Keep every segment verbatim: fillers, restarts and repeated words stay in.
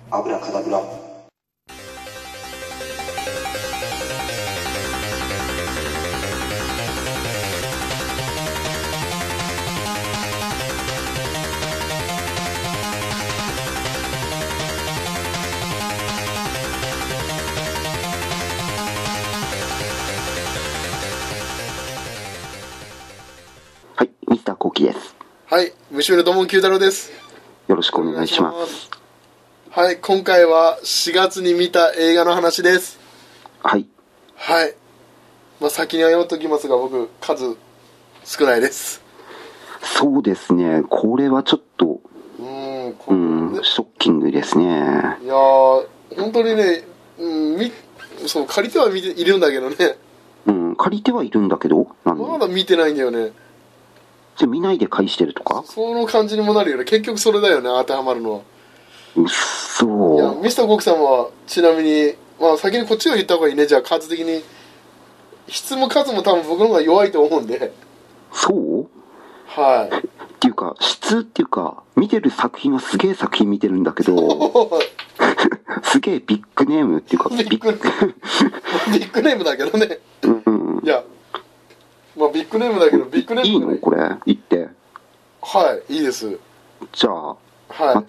アブラカダブラ。 はい、ミスターコウキです。 はい、虫のどもん九太郎です。 よろしくお願いします。 はい、今回はしがつに見た映画の話です。 はい。 はい。まあ、先に謝っておきますが、僕、数少ないです。 そうですね、これはちょっと、 うーん、こうん、ショッキングですね。 いやー、本当にね、うん、みそう、借りては見ているんだけどね。 うん、借りてはいるんだけど、なんでまだ見てないんだよね。 じゃ見ないで返してるとか？ その感じにもなるよね。結局それだよね、当てはまるのは。 うっそいや、ミスターコクさんは、ちなみに、まあ、先にこっちが言った方がいいね、じゃあ、数的に。質も数も多分僕の方が弱いと思うんで。 そう？ はい。 っていうか、質っていうか、見てる作品はすげえ作品見てるんだけど、すげえビッグネームっていうか、 ビッグ、ビッグネームだけどね。 うん、 いや、まあビッグネームだけど、ビッグネーム、 いいのこれ言って。 はい、いいです。 じゃあ、 はい。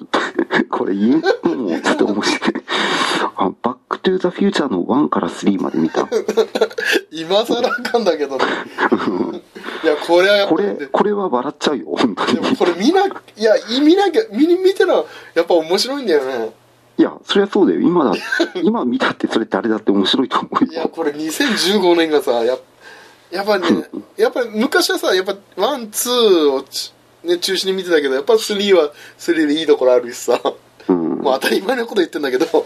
これ言うのもちょっと面白い。あ、バックトゥーザフューチャーのワンからスリーまで見た。 今更あかんだけどね。いや、これはやっぱこれ、これは笑っちゃうよ、本当に。 でもこれ見な、いや、見なきゃ、見、見てら、やっぱ面白いんだよね。 いや、そりゃそうだよ。今だ、今見たってそれってあれだって面白いと思うよ。 いや、これにせんじゅうごねんがさ、や、やっぱね、やっぱ昔はさ、やっぱワン、ツーをち、ね、中心に見てたけど、やっぱスリーはスリーでいいところあるしさ。 うん。 まあ当たり前のこと言ってんだけど。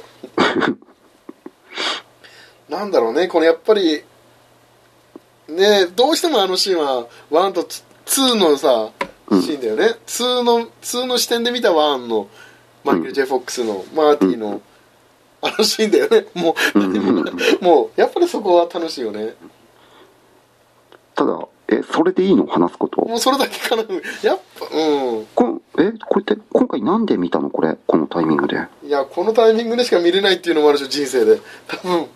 なんだろうね、これやっぱり、ね、どうしてもあのシーンはワンとツーのさ、シーンだよね。うん、ツーの、ツーの視点で見たワンのマイケル・ジェイ・フォックスのマーティの、あのシーンだよね。もう、うん、もう、やっぱりそこは楽しいよね。 ただ、え、それでいいの話すこと？ もうそれだけかな。やっぱ、うん。 こえ、これって今回なんで見たのこれ、このタイミングで。 いや、このタイミングでしか見れないっていうのもあるでしょ、人生で。多分。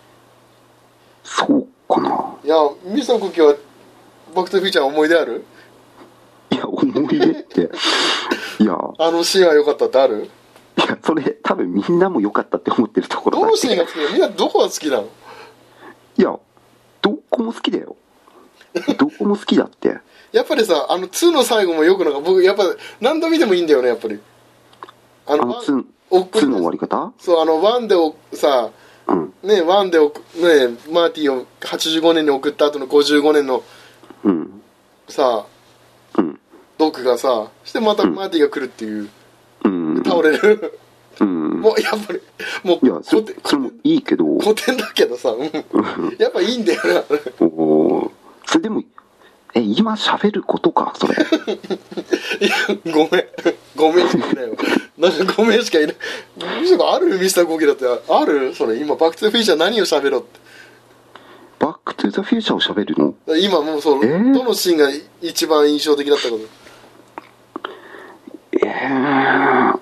そうかな。 いや、ミスターコキは、バックトゥフューチャー思い出ある？ いや、思い出って。いや。 あのシーンは良かったってある？ いや、それ多分みんなも良かったって思ってるところだ。 どのシーンが好きなの？みんなどこが好きなの？ いや、どこも好きだよ。どこも好きだって。 やっぱりさ、あのツーの最後もよくなんか僕やっぱ何度見てもいいんだよね、やっぱり。 あのツーの終わり方？ そう、あのワンでさ、 うん、 ね、ワンでね、マーティをはちじゅうごねんに送った後のごじゅうごねんの、 うん、 さ、 うん、 ドックがさ、してまたマーティが来るっていう、 うん、 倒れる。 うん、 もうやっぱりもういやそそれもいいけど古典だけどさ、うん、やっぱいいんだよね。 おそれでもえ今喋ることかそれ。 いやごめんごめんしかいないよ。なんかごめんしかいない。むしろあるミスターコキだってある？それ今バックトゥフューチャー何を喋ろうって。 バックトゥザフューチャーを喋るの？ 今もうそう、えー、どのシーンが一番印象的だったこと？ えー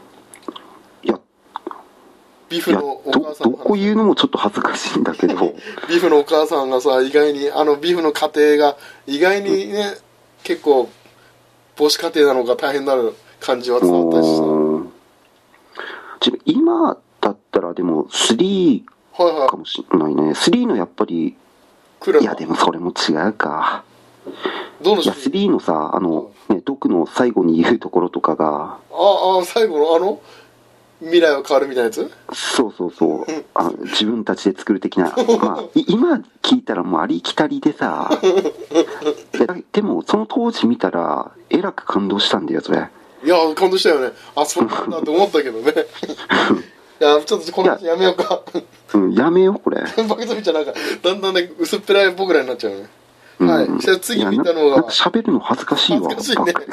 ビフのお母さんの話。 ど, どこ言うのもちょっと恥ずかしいんだけどビフのお母さんがさ、意外にあのビフの家庭が意外にね、うん、結構母子家庭なのが大変なる感じは伝わったしさ。 今だったらでもスリーかもしれないね、はいはい、スリーのやっぱりいやでもそれも違うか。 どのいやスリーのさあの、ね、ドクの最後に言うところとかがああ最後のあの未来は変わるみたいなやつ？ そうそうそうあの自分たちで作る的なまあ今聞いたらもうありきたりでさでもその当時見たらえらく感動したんだよそれ。 いや感動したよね。あそうなんだと思ったけどねいやちょっとこの話やめようかうんやめようこれバクトゥフューチャーなんかだんだんね薄っぺらい僕らになっちゃうね、うん、はい。じゃあ次見たのが喋るの恥ずかしいわ。 恥ずかしいね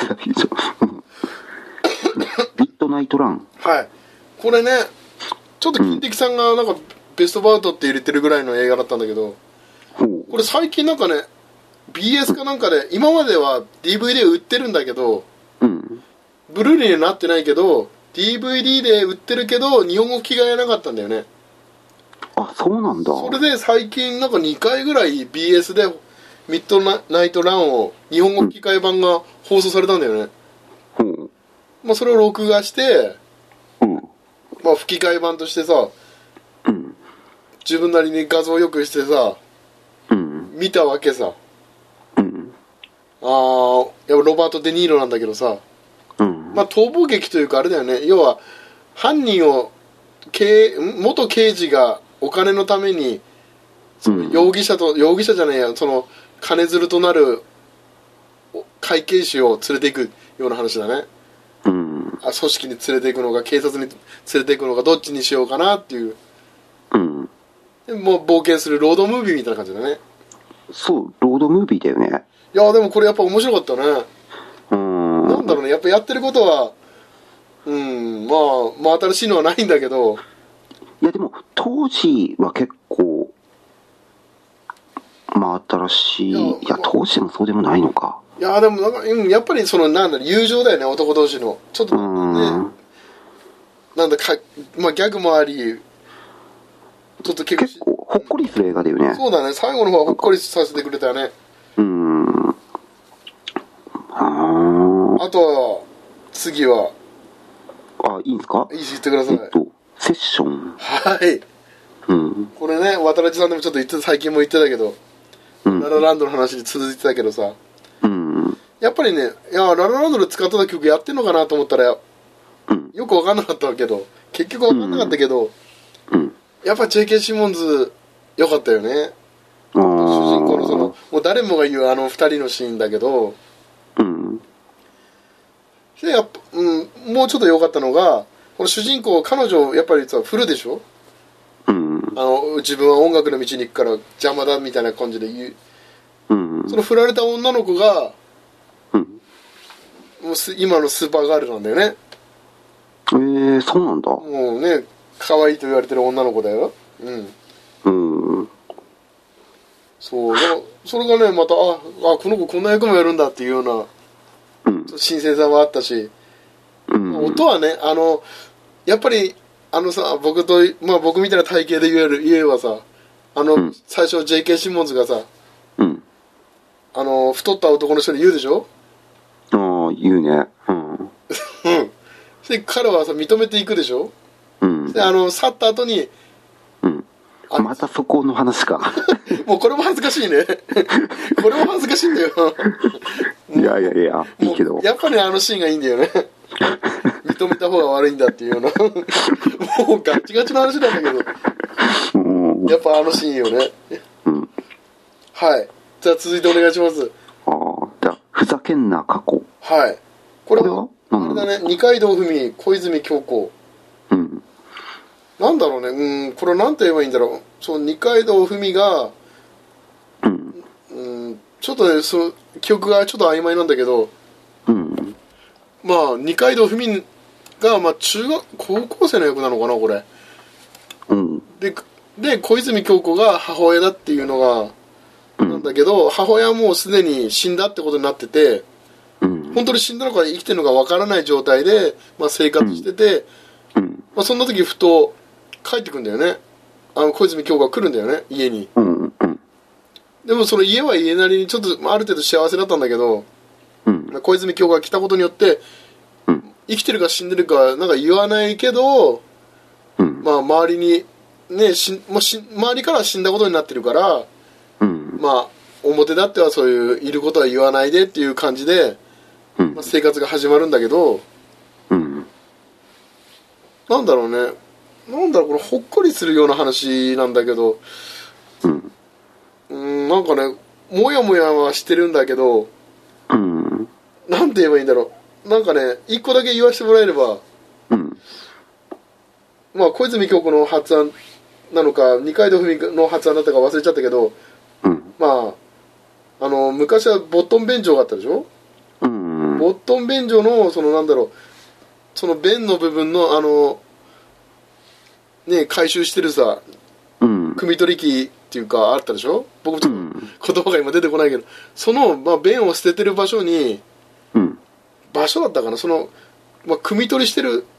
ミッドナイトラン。 はいこれねちょっと金敵さんがなんかベストバウトって入れてるぐらいの映画だったんだけど、うん、これ最近なんかね ビーエス かなんかで今までは ディーブイディー 売ってるんだけど、うん、ブルーレイになってないけど デディーブイディー で売ってるけど日本語吹き替えなかったんだよね。 あ、そうなんだ。 それで最近なんかにかいぐらい ビーエス でミッドナイトランを日本語吹き替え版が放送されたんだよね。 うん。 まあそれを録画して、 うん。 まあ吹き替え版としてさ、 うん。 自分なりに画像を良くしてさ、 うん。 見たわけさ。 うん。 ああ、やっぱロバート・デ・ニーロなんだけどさ、 うん。 まあ逃亡劇というかあれだよね。要は犯人を刑元刑事がお金のためにその容疑者と、うん、容疑者じゃないや、その金づるとなる会計士を連れていくような話だね。 うん。 あ、組織に連れて行くのか警察に連れて行くのかどっちにしようかなっていう。 うん。 でもう冒険するロードムービーみたいな感じだね。 そう、ロードムービーだよね。 いやでもこれやっぱ面白かったね。 うん。 なんだろうね、やっぱやってることはうんまあまあ新しいのはないんだけど。 いやでも当時は結構まあ新しい。いや、いや当時でもそうでもないのか。 いやでもなんか、うん、やっぱりそのなんだろう友情だよね、男同士のちょっとね、なんだか、まあ、ギャグもありちょっと結構、 結構ほっこりする映画だよね。 そうだね、最後の方はほっこりさせてくれたよね。 うーん。ああとは次はあ、いいんですか。 いいし言ってください。 えっとセッション。 はい、 うん、 これね渡辺さんでもちょっと言って最近も言ってたけど、うん、ララランドの話に続いてたけどさ、 うん、 やっぱりね、いやララランドで使ってた曲やってんのかなと思ったら、うん、よく分かんなかったけど結局分かんなかったけど、うん、やっぱ ジェイケー シモンズ良かったよね。主人公のそのもう誰もが言うあのふたりのシーンだけど、うん、でやっぱ、うん、もうちょっと良かったのがこの主人公彼女やっぱりさ振るでしょ、うん、あの自分は音楽の道に行くから邪魔だみたいな感じで言う、うん、その振られた女の子が、うん、もう今のスーパーガールなんだよね。 えー、そうなんだ。 もうね可愛いと言われてる女の子だよ。うん、うん、そうそれがねまたああこの子こんな役もやるんだっていうような、うん、新鮮さはあったし、うん、音はねあのやっぱりあのさ僕と、まあ、僕みたいな体型で言える言えばさあの、うん、最初 ジェイケー シモンズがさ、うん、あの太った男の人に言うでしょ。 ああ言うね。うんで彼はさ認めていくでしょ。うん、であの去った後に、 うん、またそこの話かもうこれも恥ずかしいねこれも恥ずかしいんだよいやいやいやいいけどやっぱりあのシーンがいいんだよね認めた方が悪いんだっていうようなもうガチガチの話なんだけどやっぱあのシーンよね、うん、はいじゃあ続いてお願いします。 ああじゃあふざけんな過去。 はいこれはあれだね二階堂ふみ小泉京子、うん、なんだろうねうんこれなんて言えばいいんだろう。その二階堂ふみが、うんうん、ちょっとねその記憶がちょっと曖昧なんだけど、うん、まあ二階堂ふみが、まあ、中学高校生の役なのかなこれ、うん、で, で小泉京子が母親だっていうのが、うん、なんだけど母親はもうすでに死んだってことになってて、うん、本当に死んだのか生きてるのかわからない状態で、まあ、生活してて、うんうんまあ、そんな時ふと帰ってくるんだよね。あの小泉京子が来るんだよね家に、うんうん、でもその家は家なりにちょっとある程度幸せだったんだけど、うん、小泉京子が来たことによって、うん、生きてるか死んでるかなんか言わないけど、うん、まあ周りにねしもし周りから死んだことになってるから、うん、まあ表立ってはそういういることは言わないでっていう感じで、うんまあ、生活が始まるんだけど、うん、なんだろうねなんだろうこれほっこりするような話なんだけど、うん、うんなんかねもやもやはしてるんだけど、うん、なんて言えばいいんだろうなんかね一個だけ言わせてもらえれば、うん、まあ小泉京子の発案なのか二階堂ふみの発案だったか忘れちゃったけど、うん、まああの昔はボットン便所があったでしょ、うん、ボットン便所のそのなんだろうその便の部分のあのね回収してるさ、うん、汲み取り機っていうかあったでしょ。僕ちょっと言葉が今出てこないけどその、まあ、便を捨ててる場所に、うん、場所だったかなその、まあ、汲み取りしてる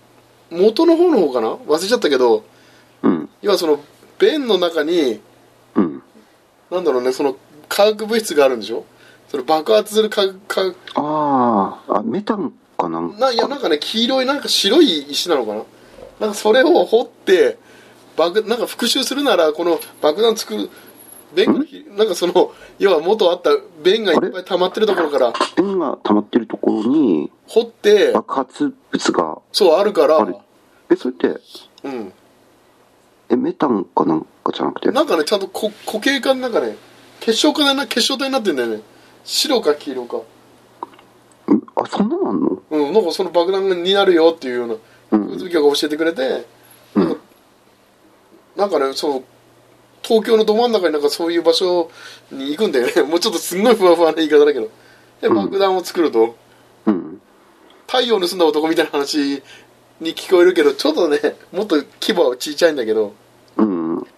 元の方の方かな忘れちゃったけど、 うん。 要はその弁の中に、 うん。 なんだろうね、その化学物質があるんでしょ。それ爆発する化学、 ああ、あ、メタンかなんか。 ないや、なんかね、黄色いなんか白い石なのかな。なんかそれを掘って爆なんか復習するならこの爆弾作る弁がなんかその要は元あった弁がいっぱい溜まってるところから弁が溜まってるところに掘って爆発物がそうあるからある。え、それってうんえメタンかなんかじゃなくてなんかねちゃんとこ固形化なんかね結晶化でな結晶体になってんだよね。白か黄色か。 あ、そんなのあんの？ うん、なんかその爆弾になるよっていうようなうん物理学が教えてくれて、 うんなんかなんかねその東京のど真ん中になんかそういう場所に行くんだよね。もうちょっとすんごいふわふわな言い方だけど。で、爆弾を作ると、 うん。 太陽を盗んだ男みたいな話に聞こえるけど、ちょっとね、もっと規模は小さいんだけど、 うん。 ね、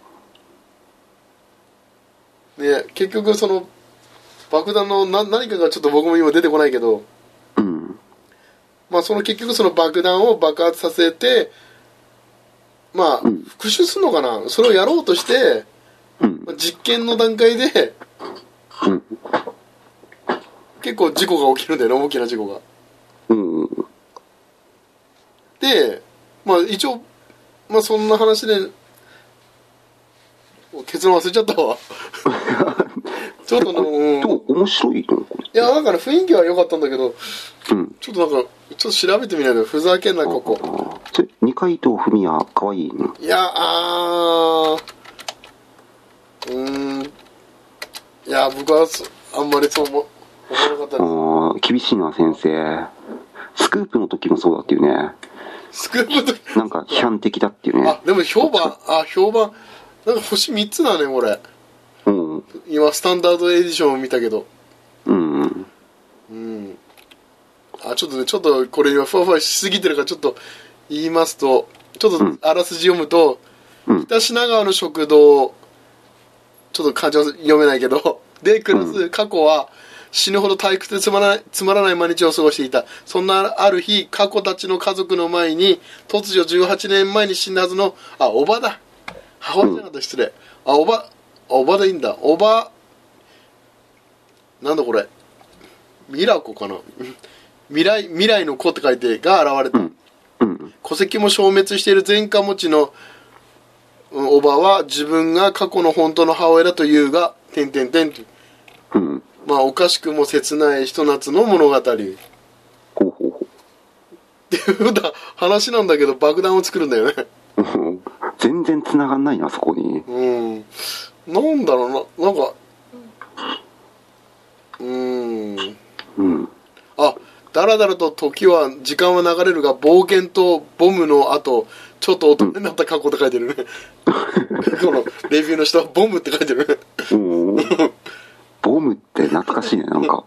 結局その、爆弾のな何かがちょっと僕も今出てこないけど、 うん。 まあその結局その爆弾を爆発させて、まあ、 うん復讐するのかなそれをやろうとして、 うん。 実験の段階で、 うん。 結構事故が起きるんだよね、大きな事故が。 うん。 で、まあ一応、まあそんな話で、結論忘れちゃったわ。ちょっとね、うん、 でも面白いのこれ。 いや、なんかね、雰囲気は良かったんだけど、 うん。 ちょっとなんか、ちょっと調べてみないと、ふざけんな、ここ。 ああ。それ、二階堂ふみや、かわいいね。 いや、あー、うーん、いや、僕はそあんまりそう思思わなかったです。 ああ、厳しいな、先生。スクープの時もそうだっていうね。 スクープとなんか批判的だっていうね。 あ、でも評判、あ、評判、なんか星みっつだね、これ。 うん。 今、スタンダードエディションを見たけど。 うん。 うん。あ、ちょっとね、ちょっとこれ今、ふわふわしすぎてるから、ちょっと言いますと、ちょっとあらすじ読むと、 うん。 北品川の食堂、ちょっと漢字は読めないけど、で暮らす過去は、死ぬほど退屈でつまらない、つまらない毎日を過ごしていた。そんなある日、過去たちの家族の前に、突如じゅうはちねんまえに死んだはずの、あ、おばだ。母親じゃなかった、失礼。あ、おば、あおばでいいんだ。おば、なんだこれ。ミラコかな未来、未来の子って書いて、が現れた。 うん。うん。 戸籍も消滅している前科持ちの、うん、おばは自分が過去の本当の母親だというが、てんてんてんと。 うん。 まあ、おかしくも切ないひと夏の物語。っていほうほうほうだ話なんだけど、爆弾を作るんだよね。 う。全然繋がんないな、そこに。 うん。なんだろうな、なんか、うーん。 うん。 あ、だらだらと時は、時間は流れるが、冒険とボムの後、ちょっと大人になった過去って書いてるね。このレビューの人はボムって書いてるね。 おーボムって懐かしいね、なんか。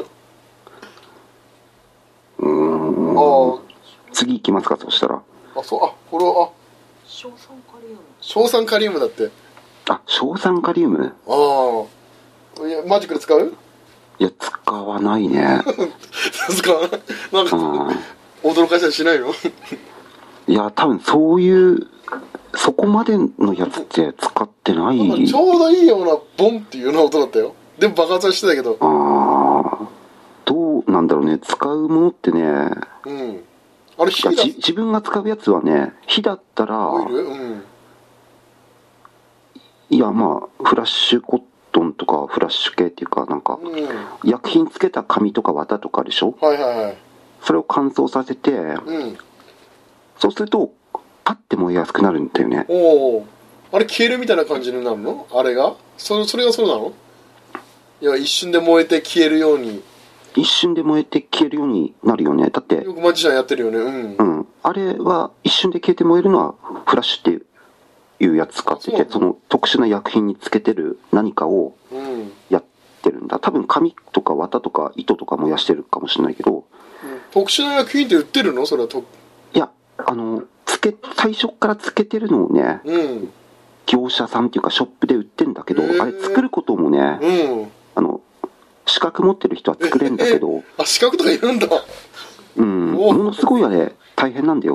うーん。 あ次行きますか、そしたら。 あ、あ、そう、あ、これは、あ、 硝酸カリウム。 硝酸カリウムだって。 あ、硝酸カリウム。 ああ。いや、マジックで使ういや、使わないね。 使わないなんか、驚かしたりしないのいや、多分そういう、そこまでのやつって使ってない。 なんかちょうどいいようなボンっていうような音だったよ。でも爆発はしてたけど。 ああ、どうなんだろうね。使うものってね、 うん。あれ、火だ。 じ自分が使うやつはね、火だったら、 オイルうん。 いや、まあ、フラッシュコットンとかフラッシュ系っていうか、なんか、 うん。 薬品つけた紙とか綿とかでしょ。 はいはいはい。 それを乾燥させて、 うん。 そうすると、パッて燃えやすくなるんだよね。 おお。あれ消えるみたいな感じになるのあれがそそれがそうなのいや、一瞬で燃えて消えるように。 一瞬で燃えて消えるようになるよね。だって、 よくマジシャンやってるよね。うん。 うん。あれは一瞬で消えて燃えるのはフラッシュっていうやつ使ってて、 あそうその特殊な薬品につけてる何かをうん。 やってるんだ。多分紙とか綿とか糸とか燃やしてるかもしれないけど、 特殊な薬品って売ってるのそれはと。 いや、あの、つけ、最初からつけてるのをね、 うん。 業者さんっていうかショップで売ってんだけど、 へーあれ作ることもね、 うん。 あの、資格持ってる人は作れるんだけど、 あ、資格とかいるんだ。 うん、 おものすごいあれ大変なんだよ。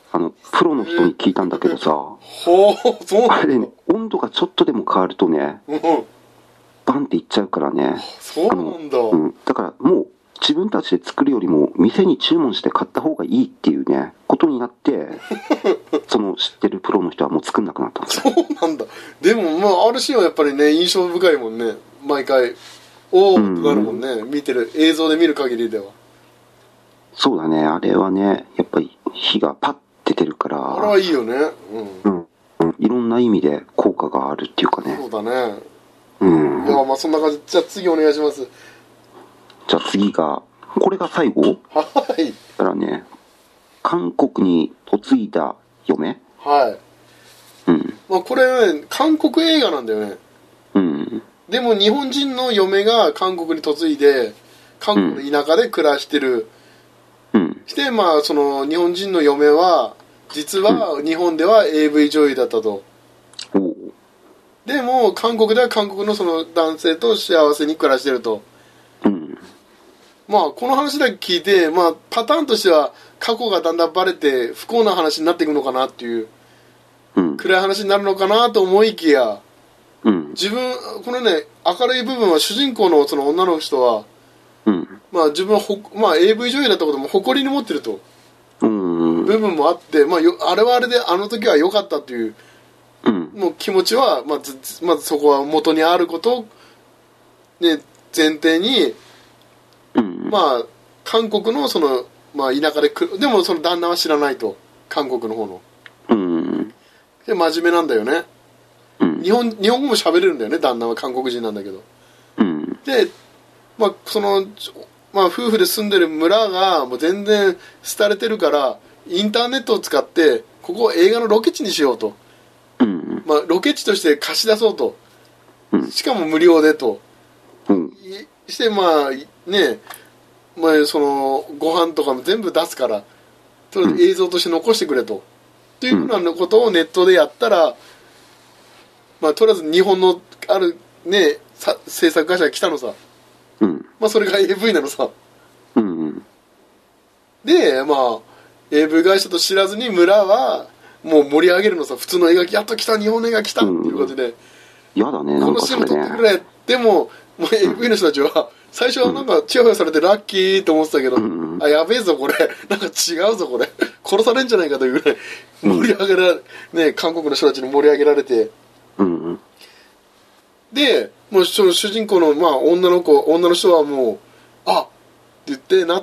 あのプロの人に聞いたんだけどさ、 ほう、そうなんだ。 あれね、温度がちょっとでも変わるとね、 うん、 バンっていっちゃうからね。 そうなんだ。 うん、だからもう自分たちで作るよりも店に注文して買った方がいいっていうねことになってその知ってるプロの人はもう作んなくなったんですよ。 そうなんだ。でもまああるシーンはやっぱりね印象深いもんね。毎回おおってなるもんね、うん、見てる映像で見る限りでは。 そうだね、あれはねやっぱり火がパッて出るから、 あれはいいよね。うん、 うんうん、いろんな意味で効果があるっていうかね。 そうだね。 うん。 いやまあそんな感じ。じゃあ次お願いします。 じゃあ次がこれが最後。 はい。 だからね、韓国に嫁いだ嫁。 はい。うん。まあこれね韓国映画なんだよね。 うん。 でも日本人の嫁が韓国に嫁いで韓国の田舎で暮らしてる。うん。してまあその日本人の嫁は実は日本では エーブイ 女優だったと。うん、でも韓国では韓国のその男性と幸せに暮らしてると。うん。まあこの話だけ聞いて、まあパターンとしては過去がだんだんバレて不幸な話になっていくのかなっていう、うん、暗い話になるのかなと思いきや、うん、自分このね明るい部分は主人公のその女の人は、うん、まあ自分はほ、まあ、エーブイ 女優だったことも誇りに持ってると、うん、部分もあって、まあ、よあれはあれであの時は良かったという、うん、もう気持ちはまず、まずそこは元にあることを、ね、前提に、うん、まあ韓国のその、まあ、田舎でくでもその旦那は知らないと、韓国の方の、うん、で真面目なんだよね、うん、日本日本語も喋れるんだよね、旦那は韓国人なんだけど、うん、で、まあそのまあ、夫婦で住んでる村がもう全然廃れてるからインターネットを使ってここを映画のロケ地にしようと、うんまあ、ロケ地として貸し出そうと、うん、しかも無料でと、うん、してまあね、まあ、そのご飯とかも全部出すからとりあえず映像として残してくれと、うん、というふうなことをネットでやったら、まあ、とりあえず日本のある、ね、制作会社が来たのさ、うんまあ、それが エーブイ なのさ、うんうん、でまあ エーブイ 会社と知らずに村はもう盛り上げるのさ、普通の映画やっと来た、日本の映画来たっていうことで、 や、うん、だね、 このシーンも撮ってくれ、でももう エーブイ の人たちは最初はなんかチヤホヤされてラッキーと思ってたけど、うんうん、あやべえぞこれ、なんか違うぞこれ、殺されんじゃないかというぐらい盛り上げられ、ね、韓国の人たちに盛り上げられて、うんうん、でもうその主人公の、まあ、女の子女の人はもうあっって言ってなって、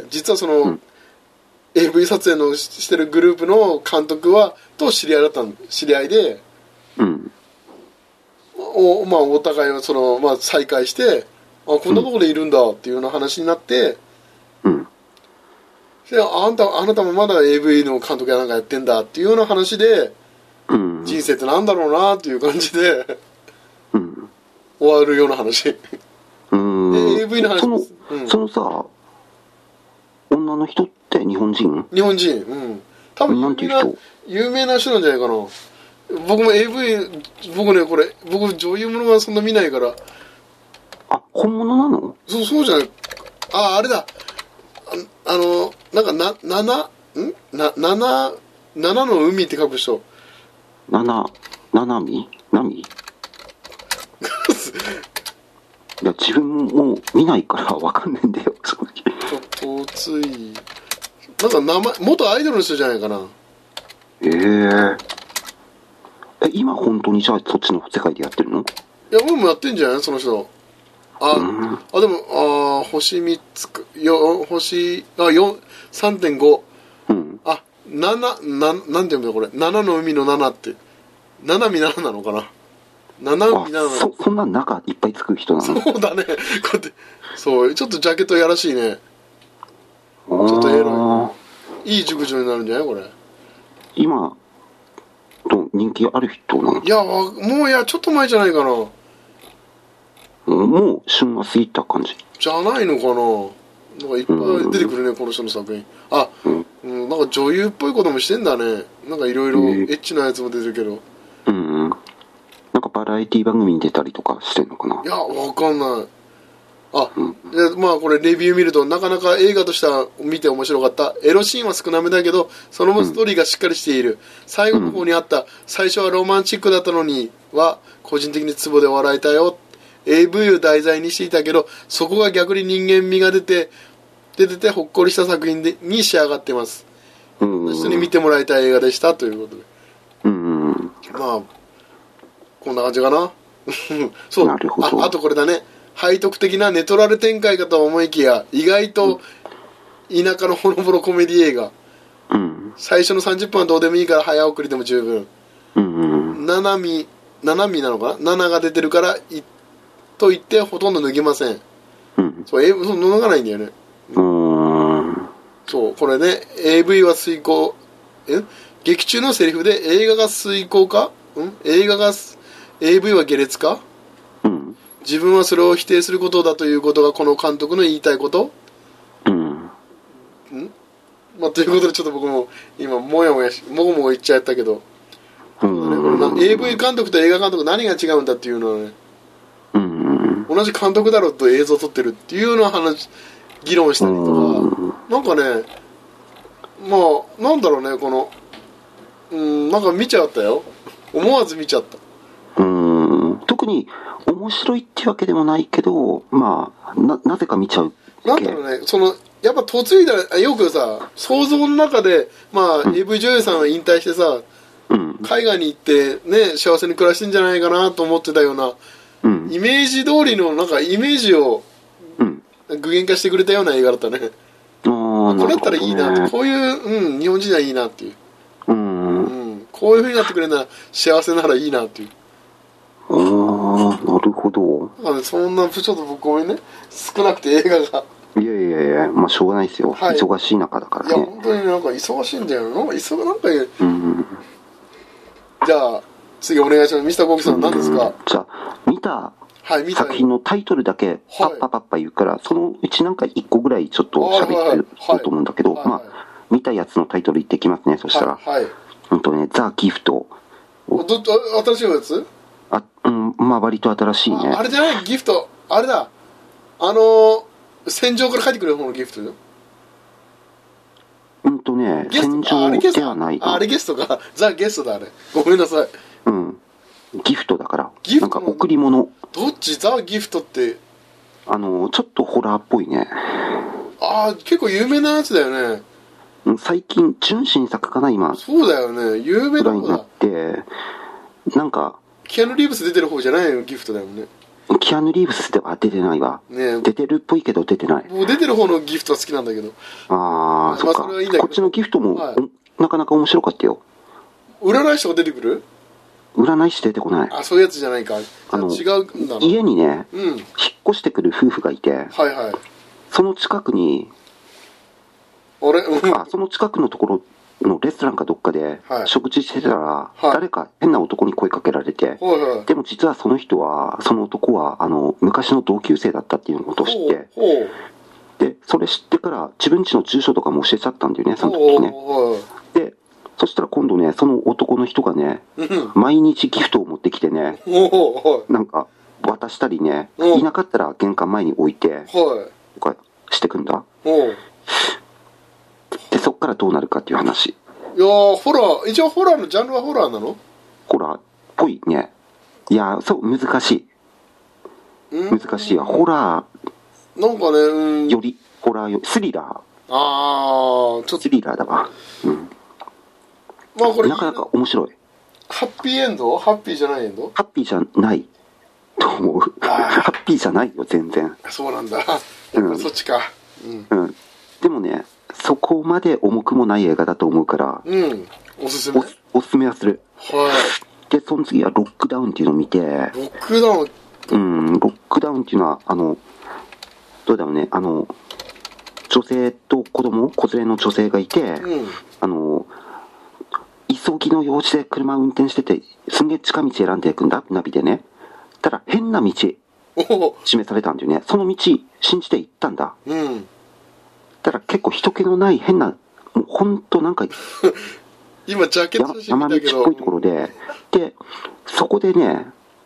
実はその、うん、エーブイ 撮影のしてるグループの監督はと知り合いだったの、知り合いで、うんおまあ、お互いはその、まあ、再会してあこんなところでいるんだっていうような話になって、うん、であんたあなたもまだ エーブイ の監督やなんかやってんだっていうような話で、うん、人生ってなんだろうなっていう感じで、うん終わるような話。うん。エーブイ の話。 その、うん、そのさ、女の人って日本人？ 日本人。うん。多分有名な、有名な人なんじゃないかな。僕も エーブイ、僕ね、これ、僕女優ものはそんな見ないから。 あ、本物なの？ そう、そうじゃない。あ、あれだ。あ, あの、なんかな、七、んな、七、七の海って書く人。 七、七海？波？いや自分も見ないから分かんないんだよ、正直。 ちょっとついなんか名前元アイドルの人じゃないかな。 えー、え今本当にじゃあそっちの世界でやってるの？ いや僕もやってんじゃないその人。あ、うん、あでもあ星みっつよ星あよん さんてんご、うん、あななななんて読むんだこれ、七の海の七って七海七なのかな。七海七そそんな中いっぱいつく人なの？ そうだね、こうやってそうちょっとジャケットやらしいね。ちょっとエロいいい熟女になるんじゃないこれ。 今と人気ある人なの？ いやもういやちょっと前じゃないかな。もう旬が過ぎた感じじゃないのかな。なんかいっぱい出てくるね、うん、この人の作品。あ、うんうん、なんか女優っぽいこともしてんだね。なんかいろいろエッチなやつも出てるけど、 うん、うん、なんかバラエティ番組に出たりとかしてんのかな。 いやわかんない。 あ、でまあこれレビュー見るとなかなか映画としては見て面白かった。エロシーンは少なめだけどその分ストーリーがしっかりしている、最後の方にあった最初はロマンチックだったのには個人的にツボで笑えたよ。 エーブイ を題材にしていたけどそこが逆に人間味が出て出ててほっこりした作品でに仕上がってます。 うん人に見てもらいたい映画でしたということで、 うんまあこんな感じかなそう、 なるほど。 あ、あとこれだね、背徳的なネトラル展開かと思いきや意外と田舎のほのぼのコメディ映画、 うん、 最初のさんじゅっぷんはどうでもいいから早送りでも十分、 うんうん、 ななみななみなのかな、ななが出てるからいと言ってほとんど脱ぎません、 うん、 そう、えそう脱がないんだよね、 うん、 そうこれね エーブイ は遂行え劇中のセリフで映画が遂行か、ん映画が エーブイ は下劣か、 うん、 自分はそれを否定することだということがこの監督の言いたいこと、 うん、 んまあということでちょっと僕も今もやもやしもごもご言っちゃったけど、 うん、 ね、これな エーブイ 監督と映画監督何が違うんだっていうのはね、 うん、 同じ監督だろうと映像を撮ってるっていうような話議論したりとか、うん、なんかね、まあなんだろうね、このうんなんか見ちゃったよ、思わず見ちゃった。 うん、特に面白いってわけでもないけど、まあ な, なぜか見ちゃう。 なんだろうね、そのやっぱ嫁いだらよくさ想像の中でまあ、うん、エーブイ 女優さんは引退してさ、うん、海外に行ってね幸せに暮らしてんじゃないかなと思ってたような、うん、イメージ通りのなんかイメージを具現化してくれたような映画だったね、うん、これだったらいいなって、ね、こういう、うん、日本人はいいなっていう、うんうん、こういう風になってくれるなら幸せならいいなっていう。 ああ、なるほど。 なんかね、そんなちょっと僕ごめんね、少なくて映画が。 いやいやいや、まあしょうがないですよ、はい、忙しい中だからね。 いや本当になんか忙しいんだよ、なんか忙なんか、うん、じゃあ次お願いします。ミスターコウキさん何ですか。 じゃあ見た作品のタイトルだけパッパパッパ言うから、はい、そのうちなんかいっこぐらいちょっと喋っていこうと思うんだけど、はいはいはい、まあ見たやつのタイトル言ってきますね。そしたら、はいはい、本当ね、ザ・ギフト。 ど新しいやつ？ あ、うん、まあ割と新しいね。 あ, あれじゃない？ギフト、あれだ、あのー、戦場から帰ってくる方のギフトよ。 うんとね、戦場ではないな。あれゲストか。ザ・ゲストだ、あれ。ごめんなさい。 うん。ギフトだから。ギフトなんか贈り物。 どっち？ザ・ギフトって。 あの、ちょっとホラーっぽいね。 ああ、結構有名なやつだよね。 最近、純真作かな、今。 そうだよね。有名な方だ。 になって、なんか。 キアヌ・リーブス出てる方じゃないのギフトだよね。 キアヌ・リーブスでは出てないわ。ね、出てるっぽいけど出てない。 もう出てる方のギフトは好きなんだけど。 ああ、そっか。まあ、こっちのギフトも、はい、なかなか面白かったよ。 占い師とか出てくる？ 占い師出てこない。 あ、そういうやつじゃないか。あの、違うんだな。 家にね、うん、引っ越してくる夫婦がいて、 はいはい。 その近くに、 俺、うん、 あ、その近くのところのレストランかどっかで食事してたら、はい、誰か変な男に声かけられて、はいはい、でも実はその人は、その男はあの昔の同級生だったっていうことを知って、でそれ知ってから自分家の住所とかも教えちゃったんだよね、その時ね。でそしたら今度ね、その男の人がね、毎日ギフトを持ってきてね、なんか渡したりね、いなかったら玄関前に置いてとかしてくんだ。でそっからどうなるかっていう話。いやー、ホラー、一応ホラーのジャンルはホラーなの？ ホラーっぽいね。いやー、そう難しい難しいわ。ホラーなんかね、うん、 よりホラーよスリラー。 ああ、ちょっとスリラーだわ。うん。 まあこれなかなか面白い。 ハッピーエンド？ハッピーじゃないエンド？ ハッピーじゃないと思う。ハッピーじゃないよ全然。 そうなんだ。うん、そっちか。 うん。うん、でもね、そこまで重くもない映画だと思うから、 うん、おすすめお, おすすめはする。 はい。 でその次はロックダウンっていうのを見て、ロックダウン、 うん、ロックダウンっていうのはあのどうだろうね、あの女性と子供子連れの女性がいて、うん、あの急ぎの用事で車を運転しててすんげえ近道選んでいくんだ、ナビでね。ただ変な道示されたんだよね。その道信じて行ったんだ。 うん。 ただ結構人気のない変な、もうほんとなんか今ジャケット写真見たけど山道っぽいところで、でそこでね、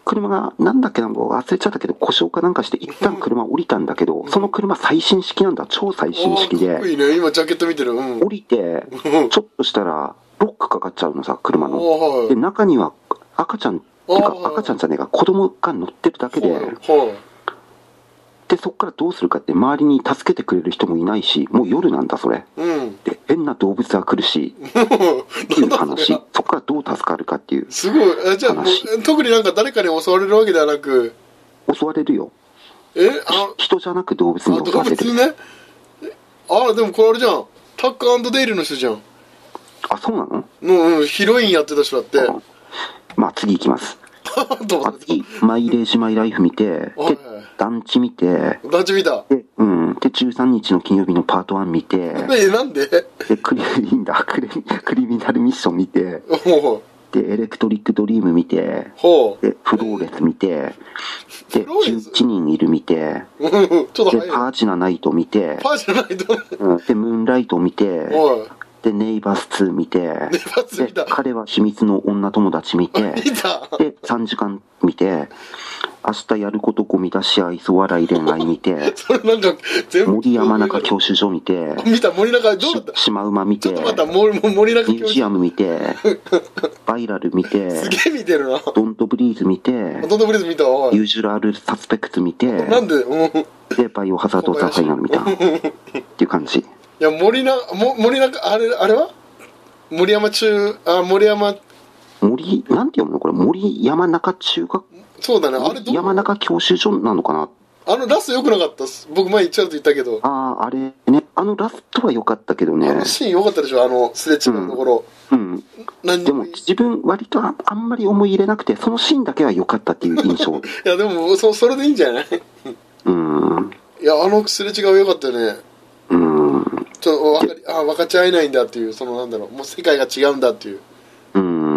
車が、なんだっけな、もう忘れちゃったけど、故障かなんかして、一旦車降りたんだけど、その車最新式なんだ、超最新式で。 かっこいいね、今ジャケット見てる。うん、 降りて、ちょっとしたら、ロックかかっちゃうのさ、車の。で、中には赤ちゃん、てか赤ちゃんじゃねえか、子供が乗ってるだけで、で、そっからどうするかって、周りに助けてくれる人もいないし、もう夜なんだ、それ。 うん、 で、変な動物が来るし、っていう話。そっからどう助かるかっていう。 すごい。え、じゃあもう、特になんか誰かに襲われるわけではなく。 襲われるよ。 えあ人じゃなく動物に襲われる。 動物ね。あ、でもこれあれじゃん。タック&デイルの人じゃん。 あ、そうなの？ うんうん、ヒロインやってた人だって。 まあ次行きます。 どう次、マイレージマイライフ見て、で、団地見て、 団地見た。 で、うん。で、じゅうさんにちの金曜日のパートワン見て、 え、なんで？ で、クリいいんだ、クリ、クリミナルミッション見て、で、エレクトリックドリーム見て、 ほう。 で、フローレス見て、で、じゅういちにんいる見て、 ちょっとで、パージナナイト見て、 パージナナイト、 うん、で、ムーンライト見て、で、ネイバースツー見て、ネイバーツー見た。 で、彼は秘密の女友達見て、 見た。 で、さんじかん見て、明日やることゴミ出し愛想笑い恋愛見て、 それなんか全部森山中教習所見て、 見た、森中どうだった？ シマウマ見て、 ちょっと待った、森森中教習所ミュージアム見て、バイラル見て、 すげえ見てるな。 ドントブリーズ見て、 ドントブリーズ見た。 ユージュラルサスペクツ見て、 なんで、うん、 で、バイオハザードザファイナル見た。っていう感じ。いや、森な、も森中、あれ、あれは森山中、あ、森山、 森、なんて読むのこれ、森山中中学、 そうだね、あれど山中教習所なのかな。 あのラスト良くなかったっす。僕前言っちゃうと言ったけど。 ああ、あれね、あのラストは良かったけどね。 あのシーン良かったでしょ、あのすれ違うところ。 うん。うん、何でも自分割と あ, あんまり思い入れなくて、そのシーンだけは良かったっていう印象。 いや、でもそ、それでいいんじゃない？ うん。 いや、あのすれ違う良かったよね。 うん。 ちょっと分かり、あ、分かち合えないんだっていう、そのなんだろう、もう世界が違うんだっていう。 うん。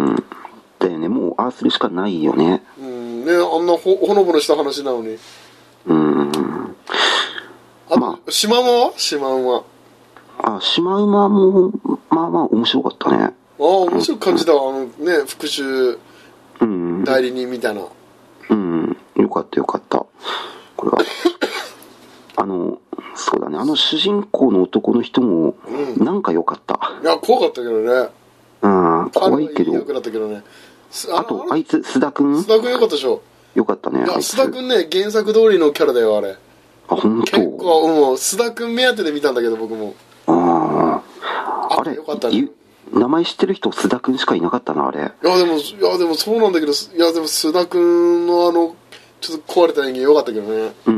だよね、もうああするしかないよね。 うん、ね、あんなほほのぼのした話なのに。 うん。 あと、まあ、シマウマはシマウマ。 あ、シマウマも、まあまあ面白かったね。ああ、面白い感じだわ、あのね、復讐代理人みたいな。 うん、うん、よかったよかった。これは。あの、そうだね、あの主人公の男の人も、なんか良かった。 うん、いや、怖かったけどね。 うん、怖いけど。 いい役だったけどね。 あと、あいつ、須田くん須田くん良かったでしょ。 よかったね。 いや、須田くんね、原作通りのキャラだよ、あれ。 あ、本当。 結構、うん、須田くん目当てで見たんだけど、僕も。 ああ。あれ、 よかったね。 名前知ってる人、須田くんしかいなかったな、あれ。いや、でも、いや、でもそうなんだけど、いや、でも須田くんのあの、ちょっと壊れた演技良かったけどね。 うん、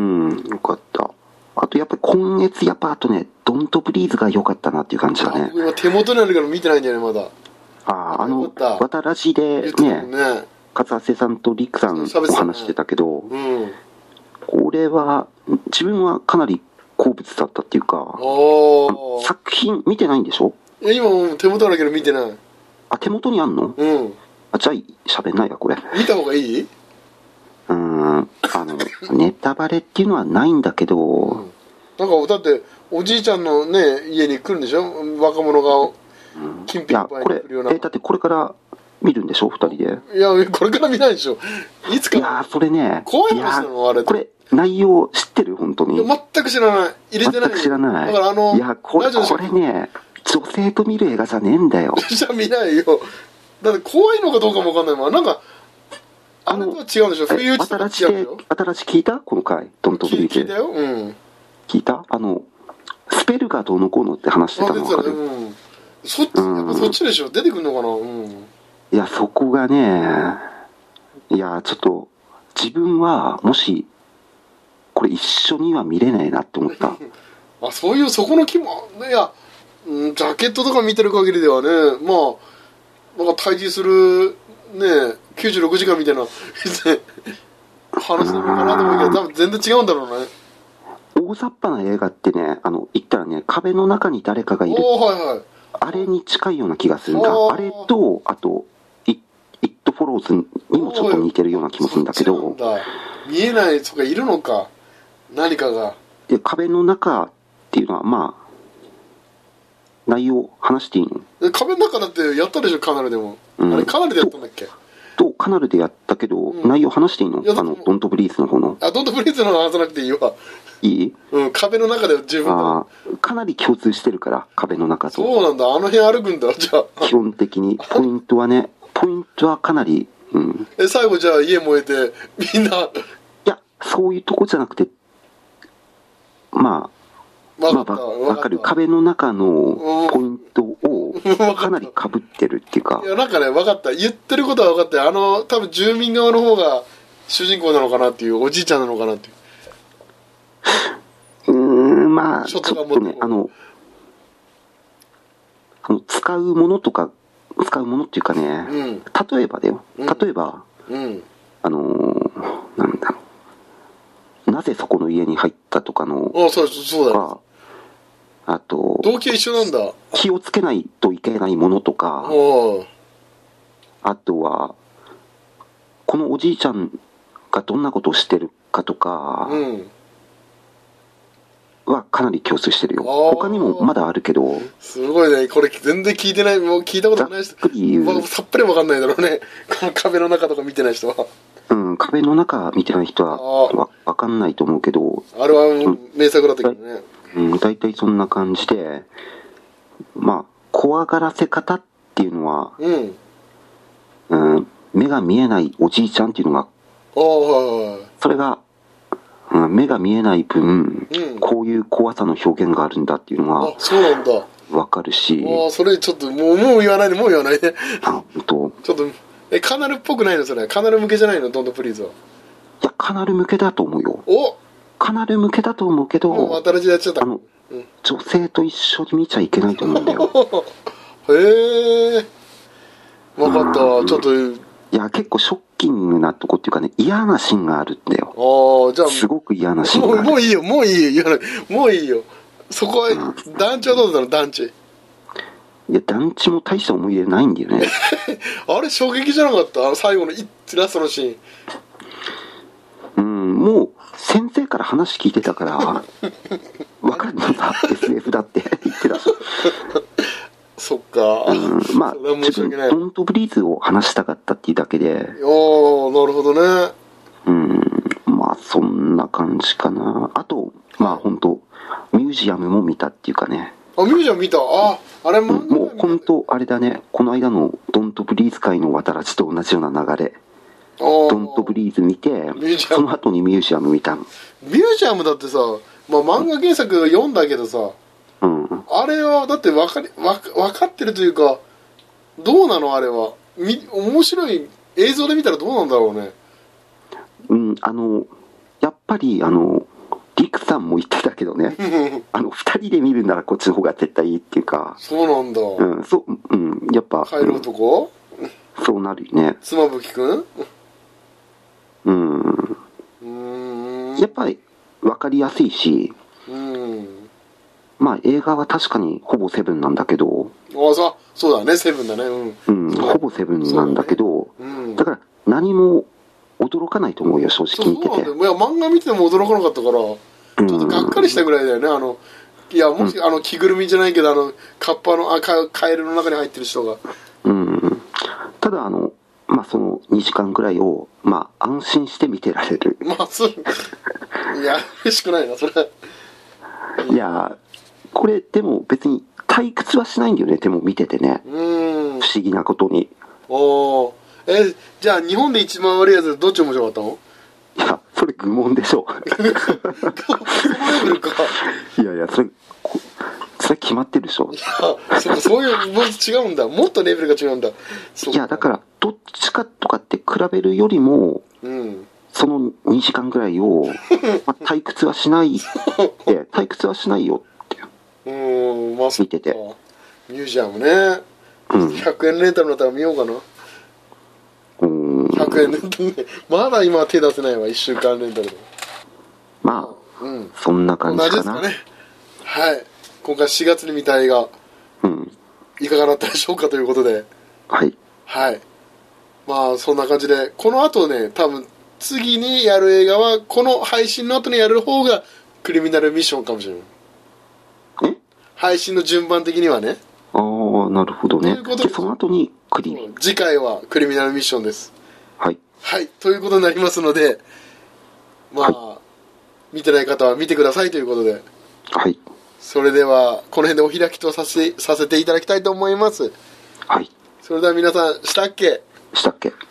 よかった。あと、やっぱり今月、やっぱあとね、ドントブリーズが良かったなっていう感じだね。 今手元にあるから見てないんだよね、まだ。 ああ、あの、渡らじでね、ね勝瀬さんとリクさんお話してたけど、ね、うん、これは、自分はかなり好物だったっていうか、作品見てないんでしょ？ いや、今もう手元あるけど見てない。 あ、手元にあんの？ うん。 あ、じゃあ、喋んないわ、これ。 見た方がいい？ うーん、あの、ネタバレっていうのはないんだけど、うん、 なんか、だって、おじいちゃんのね、家に来るんでしょ？若者が、金品いっぱいに来るような。 いや、これ、えー、だってこれから見るんでしょ？二人で。 いや、これから見ないでしょ。いつか。 いやそれね。 怖い話なのあれ。 これ、内容知ってる？本当に。 全く知らない。入れてない。 全く知らない。 だからあの、 いや、これ、これね、女性と見る映画じゃねえんだよ。 じゃあ見ないよ。だって怖いのかどうかもわかんないもん。なんか、あの、違うんでしょ。不意打ちとか違うでしょ。 新しい聞いた？この回。ドントブリーズ。 聞いたよ。うん。 聞いた？あの、スペルがどうのこうのって話してたの分かる？ うん。そっち、やっぱそっちでしょ。出てくるのかな？うん。 いや、そこがね、いや、ちょっと、自分は、もし、これ一緒には見れないなって思った。 あ、そういう、そこの気も、いや、うん、ジャケットとか見てる限りではね、まあ、なんか対峙する、ね、きゅうじゅうろくじかんみたいな、話なのかなと思うけど、多分全然違うんだろうね。 大雑把な映画ってね、あの、言ったらね、壁の中に誰かがいる。 はいはい。 あれに近いような気がするんだ。あれと、あと、It Follows にもちょっと似てるような気もするんだけど。 見えないとかいるのか。何かが。 で、壁の中っていうのは、まあ、内容話していいの？ 壁の中だってやったでしょ、カナルでも。うん、あれカナルでやったんだっけ？ と、カナルでやったけど、うん、内容話していいの？あの、ドントブリーズの方の。 あ、ドントブリーズの話さなくていいわ。 いい？ うん、壁の中で十分だ。 あかなり共通してるから、壁の中と。 そうなんだ、あの辺歩くんだ、じゃあ。 基本的に、ポイントはね、ポイントはかなり、うん。 え、最後じゃあ家燃えて、みんな。いや、そういうとこじゃなくて、まあ、まあ、わかる。壁の中のポイントをかなり被ってるっていうか。 いや、なんかね、分かった。言ってることは分かったよ。あの、多分住民側の方が主人公なのかなっていう、おじいちゃんなのかなっていう。 うーん、まあ、ちょっとね、あの、あの使うものとか、使うものっていうかね、うん、例えばだよ。例えば、うん、あのー、なんだろう。なぜそこの家に入ったとかの、 あ、そう、そうだよ。 あと、 動機は一緒なんだ。 気をつけないといけないものとか、あとは、このおじいちゃんがどんなことをしてるかとか、うんはかなり共通してるよ。他にもまだあるけど。 すごいね。これ全然聞いてない、もう聞いたことない人。さっぱりわかんないだろうね。この壁の中とか見てない人は。 うん、壁の中見てない人はわわかんないと思うけど。 あれは名作だったけどね。 うん、大体そんな感じで、まあ、怖がらせ方っていうのは、うん、うん、目が見えないおじいちゃんっていうのが、それが、うん、目が見えない分、うん、こういう怖さの表現があるんだっていうのは、 そうなんだ。 わかるし。 ああ、それちょっと、もう、もう言わないで、もう言わないで。 あ、ほんと。 ちょっと、え、カナルっぽくないのそれ。カナル向けじゃないのドントプリーズは。 いや、カナル向けだと思うよ。 おカナル向けだと思うけど、 もう新しいやつだ。 あの、うん、女性と一緒に見ちゃいけないと思うんだよ。 へえ。わかった。ちょっと、 いや、結構ショッキングなとこっていうかね、嫌なシーンがあるんだよ。 ああ、じゃあ。 すごく嫌なシーンがある。 もう、もういいよ、もういいよ、もういいよ。そこは、うん、団地はどうだったの団地。 いや、団地も大した思い入れないんだよね。 あれ、衝撃じゃなかったあの最後のラストのシーン。 うん、もう、先生から話聞いてたから、わかるのさ、エスエフ だって言ってたし。 そっか。 うん、まあ、自分、ドントブリーズを話したかったっていうだけで。 ああ、なるほどね。 うん、まあ、そんな感じかな。あと、まあ、本当ミュージアムも見たっていうかね。 あ、ミュージアム見たあ、あれも、 うん、もう本当あれだね。この間のドントブリーズ界の渡らちと同じような流れ。ドントブリーズ見て、その後にミュージアム見たの。 ミュージアムだってさ、まあ、漫画原作読んだけどさ、うん、あれはだって分かり分か、分かってるというか、どうなのあれは。み面白い映像で見たらどうなんだろうね。 うん、あのやっぱりあのリクさんも言ってたけどねあのふたりで見るならこっちの方が絶対いいっていうか。 そうなんだ。 うん、そう、うん、やっぱ帰る男、 うん、そうなるよね。 妻夫木くん。 うん。うーん、やっぱり分かりやすいし、うん、まあ映画は確かにほぼセブンなんだけど。 ああ、そう、そうだね、セブンだね。うん。 うん、ほぼセブンなんだけど、だね、うん、だから何も驚かないと思うよ、正直見てて。 そうなんだよ。いや、漫画見てても驚かなかったから、ちょっとがっかりしたぐらいだよね。あの、いや、もし、うん、あの、着ぐるみじゃないけど、あの、カッパの、あ、カエルの中に入ってる人が。 うん。ただ、あの、まあ、そのにじかんぐらいを、まあ、安心して見てられる。 まあ、そう。いや、嬉しくないな、それ。 いや、これ、でも別に退屈はしないんだよね、でも見ててね。うん。不思議なことに。 おー。え、じゃあ、日本で一番悪いやつ、どっち面白かったの？ いや、それ愚問でしょ。そのレベルか。 いやいや、それ、それ決まってるでしょ。 いや、そうか、そういう、もっと違うんだ。もっとレベルが違うんだ。 いや、だから、どっちかとかって比べるよりも、うん、そのにじかんぐらいを、まあ、退屈はしないって、退屈はしないよって。 うーん、まあ、 見てて。 ミュージアムね。うん、ひゃくえんレンタルだったら見ようかな。ひゃくえんレンタルね。まだ今は手出せないわ、いっしゅうかんレンタルで。 まあ、うん、そんな感じかな。同じですかね。 はい。今回しがつに見た映画、うん、いかがだったでしょうかということで。 はい。 はい。まあ、そんな感じで、この後ね、多分、次にやる映画は、この配信の後にやる方が、クリミナルミッションかもしれない。 え？ 配信の順番的にはね。 ああ、なるほどね。ということで、その後にクリ次回はクリミナルミッションです。 はい。 はいということになりますので、まあ、はい、見てない方は見てくださいということで、 はい、 それではこの辺でお開きとさせさせていただきたいと思います。 はい、 それでは皆さんしたっけしたっけ